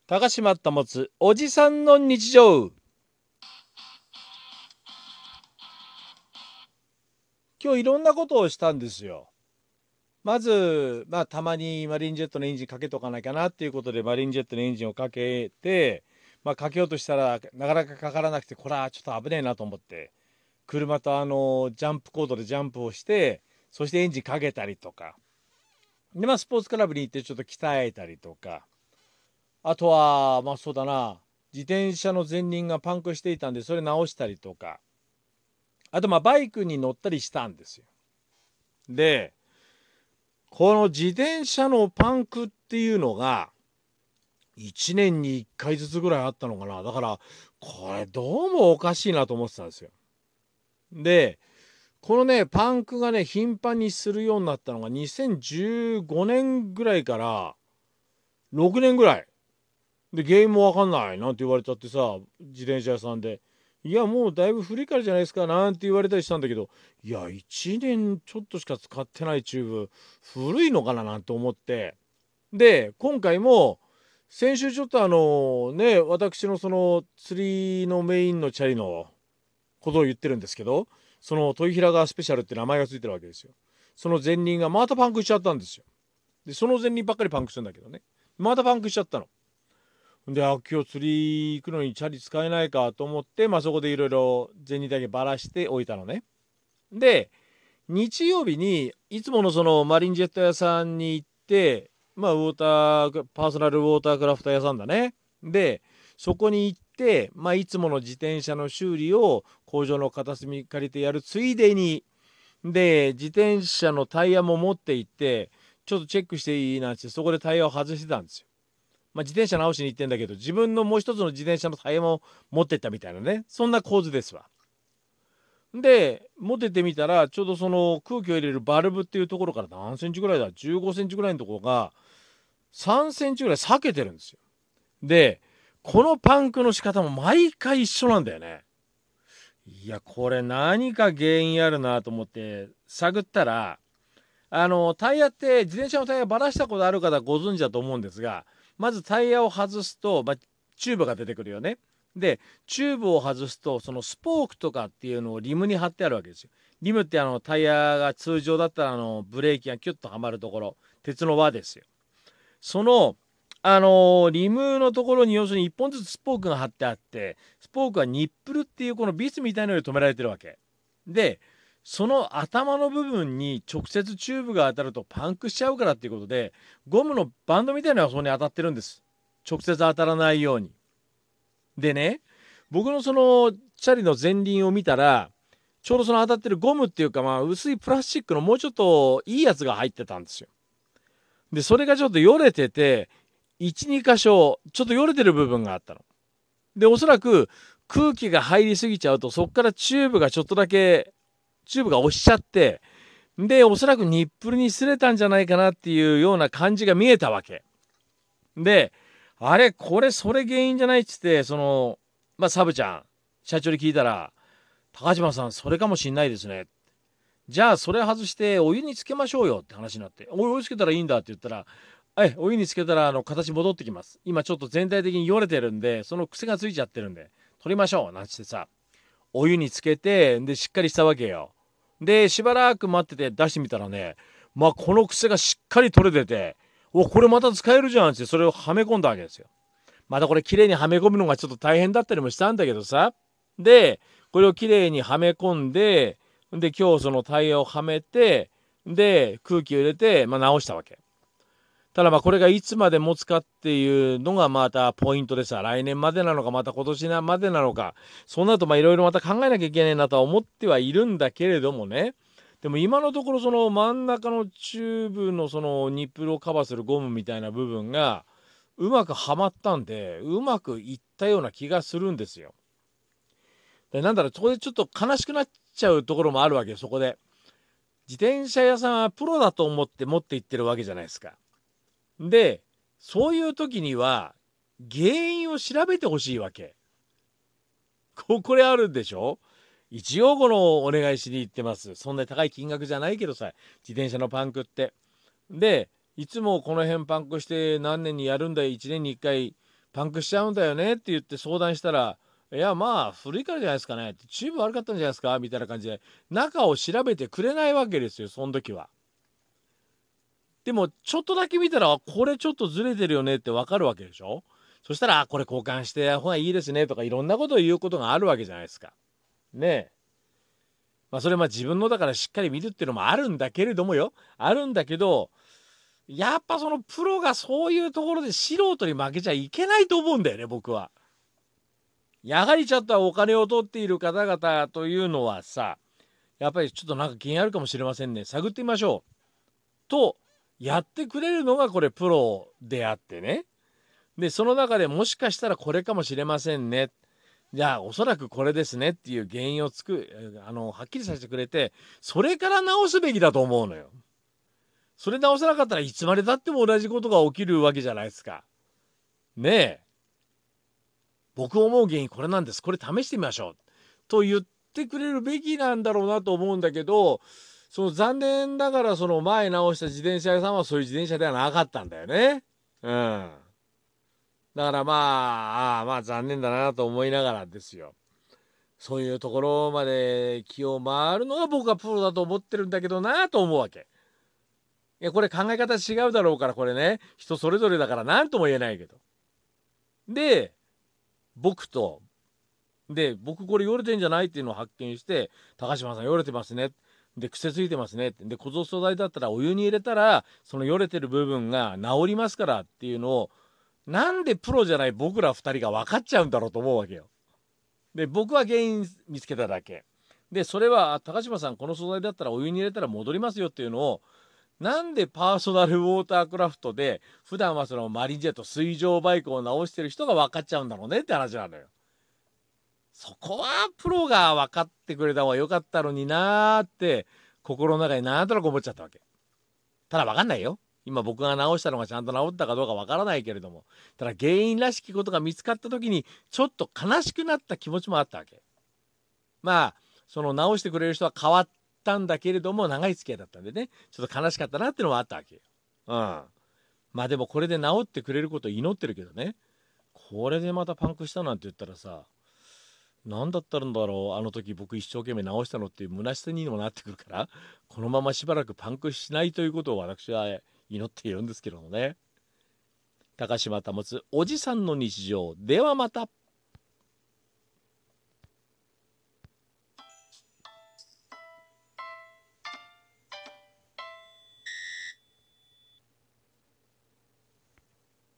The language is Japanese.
高島保つおじさんの日常。今日いろんなことをしたんですよ。まず、たまにマリンジェットのエンジンかけとかなきゃなっていうことでマリンジェットのエンジンをかけて、かけようとしたらなかなかかからなくて、これはちょっと危ねえなと思って、車とジャンプコードでジャンプをして、そしてエンジンかけたりとかで、スポーツクラブに行ってちょっと鍛えたりとか、あとはそうだな、自転車の前輪がパンクしていたんでそれ直したりとか、あとバイクに乗ったりしたんですよ。で、この自転車のパンクっていうのが1年に1回ずつぐらいあったのかな。だからこれどうもおかしいなと思ってたんですよ。で、このねパンクがね頻繁にするようになったのが2015年ぐらいから6年ぐらいで、原因もわかんないなんて言われちゃってさ、自転車屋さんで。いや、もうだいぶ古いからじゃないですかなんて言われたりしたんだけど、いや、1年ちょっとしか使ってないチューブ、古いのかななんて思って。で、今回も、先週ちょっと私のその釣りのメインのチャリのことを言ってるんですけど、その豊平川スペシャルって名前がついてるわけですよ。その前輪がまたパンクしちゃったんですよ。で、その前輪ばっかりパンクするんだけどね。またパンクしちゃったの。で、今日釣り行くのにチャリ使えないかと思って、そこでいろいろ銭だけばらしておいたのね。で、日曜日にいつものそのマリンジェット屋さんに行って、ウォーター、パーソナルウォータークラフト屋さんだね。で、そこに行って、いつもの自転車の修理を工場の片隅借りてやるついでに、で、自転車のタイヤも持って行って、ちょっとチェックしていいなんて、そこでタイヤを外してたんですよ。自転車直しに行ってんだけど、自分のもう一つの自転車のタイヤも持ってったみたいなね、そんな構図ですわ。で、持ってってみたら、ちょうどその空気を入れるバルブっていうところから何センチぐらいだ、15センチぐらいのところが3センチぐらい裂けてるんですよ。で、このパンクの仕方も毎回一緒なんだよね。いや、これ何か原因あるなと思って探ったら、タイヤって自転車のタイヤばらしたことある方ご存知だと思うんですが、まずタイヤを外すと、チューブが出てくるよね。で、チューブを外すとそのスポークとかっていうのをリムに貼ってあるわけですよ。リムってタイヤが通常だったらブレーキがキュッとはまるところ、鉄の輪ですよ。そのリムのところに要するに1本ずつスポークが貼ってあって、スポークはニップルっていうこのビスみたいなので止められてるわけで、その頭の部分に直接チューブが当たるとパンクしちゃうからっていうことで、ゴムのバンドみたいなのがそこに当たってるんです。直接当たらないように。でね、僕のそのチャリの前輪を見たら、ちょうどその当たってるゴムっていうか、薄いプラスチックのもうちょっといいやつが入ってたんですよ。で、それがちょっとよれてて、1、2箇所、ちょっとよれてる部分があったの。で、おそらく空気が入りすぎちゃうと、そこからチューブがちょっとだけ、チューブが押しちゃって、で、おそらくニップルに擦れたんじゃないかなっていうような感じが見えたわけ。で、あれ、これ、それ原因じゃないっつって、サブちゃん、社長に聞いたら、高島さん、それかもしんないですね。じゃあ、それ外してお湯につけましょうよって話になって、お湯つけたらいいんだって言ったら、お湯につけたら形戻ってきます。今ちょっと全体的によれてるんで、その癖がついちゃってるんで、取りましょうなんつってさ、お湯につけて、で、しっかりしたわけよ。で、しばらく待ってて出してみたらね、この癖がしっかり取れてて、これまた使えるじゃんって、それをはめ込んだわけですよ。またこれ綺麗にはめ込むのがちょっと大変だったりもしたんだけどさ。で、これを綺麗にはめ込んで、で、今日そのタイヤをはめて、で、空気を入れて、直したわけ。ただこれがいつまで持つかっていうのがまたポイントでさ、来年までなのかまた今年までなのか、そうなるといろいろまた考えなきゃいけないなとは思ってはいるんだけれどもね。でも今のところその真ん中のチューブのそのニップルをカバーするゴムみたいな部分がうまくはまったんで、うまくいったような気がするんですよ。で、そこでちょっと悲しくなっちゃうところもあるわけよ、そこで。自転車屋さんはプロだと思って持って行ってるわけじゃないですか。で、そういう時には原因を調べてほしいわけ。これあるんでしょ。一応このお願いしに行ってます。そんなに高い金額じゃないけどさ、自転車のパンクって。で、いつもこの辺パンクして何年にやるんだよ、1年に1回パンクしちゃうんだよねって言って相談したら、いやまあ古いからじゃないですかねって、チューブ悪かったんじゃないですかみたいな感じで中を調べてくれないわけですよ、その時は。でもちょっとだけ見たらこれちょっとずれてるよねってわかるわけでしょ。そしたらこれ交換してほらいいですねとかいろんなことを言うことがあるわけじゃないですか。ねえ。まあそれは自分のだからしっかり見るっていうのもあるんだけれどもよ。あるんだけど、やっぱそのプロがそういうところで素人に負けちゃいけないと思うんだよね、僕は。やはりちょっとお金を取っている方々というのはさ、やっぱりちょっとなんか気にあるかもしれませんね。探ってみましょう。と、やってくれるのがこれプロであってね。で、その中でもしかしたらこれかもしれませんね。じゃあおそらくこれですねっていう原因をはっきりさせてくれて、それから直すべきだと思うのよ。それ直さなかったらいつまでたっても同じことが起きるわけじゃないですか。ねえ。僕思う原因これなんです。これ試してみましょう。と言ってくれるべきなんだろうなと思うんだけど、その残念ながらその前直した自転車屋さんはそういう自転車ではなかったんだよね。うん。だからまあ残念だなと思いながらですよ。そういうところまで気を回るのが僕はプロだと思ってるんだけどなと思うわけ。いやこれ考え方違うだろうからこれね人それぞれだから何とも言えないけど。で僕と僕これよれてんじゃないっていうのを発見して高島さんよれてますね。で癖ついてますねってで小僧素材だったらお湯に入れたらそのよれてる部分が治りますからっていうのをなんでプロじゃない僕ら2人が分かっちゃうんだろうと思うわけよ。で僕は原因見つけただけでそれは高島さんこの素材だったらお湯に入れたら戻りますよっていうのをなんでパーソナルウォータークラフトで普段はそのマリンジェット水上バイクを直してる人が分かっちゃうんだろうねって話なのよ。そこはプロが分かってくれた方が良かったのになーって心の中になんとなく思っちゃったわけ。ただ分かんないよ。今僕が直したのがちゃんと治ったかどうか分からないけれども、ただ原因らしきことが見つかった時にちょっと悲しくなった気持ちもあったわけ。まあその直してくれる人は変わったんだけれども長い付き合いだったんでねちょっと悲しかったなっていうのもあったわけよ。うん。まあでもこれで治ってくれることを祈ってるけどね、これでまたパンクしたなんて言ったらさ、何だったんだろうあの時僕一生懸命直したのっていう虚しさにもなってくるから、このまましばらくパンクしないということを私は祈っているんですけどもね。高島保おじさんの日常ではまた。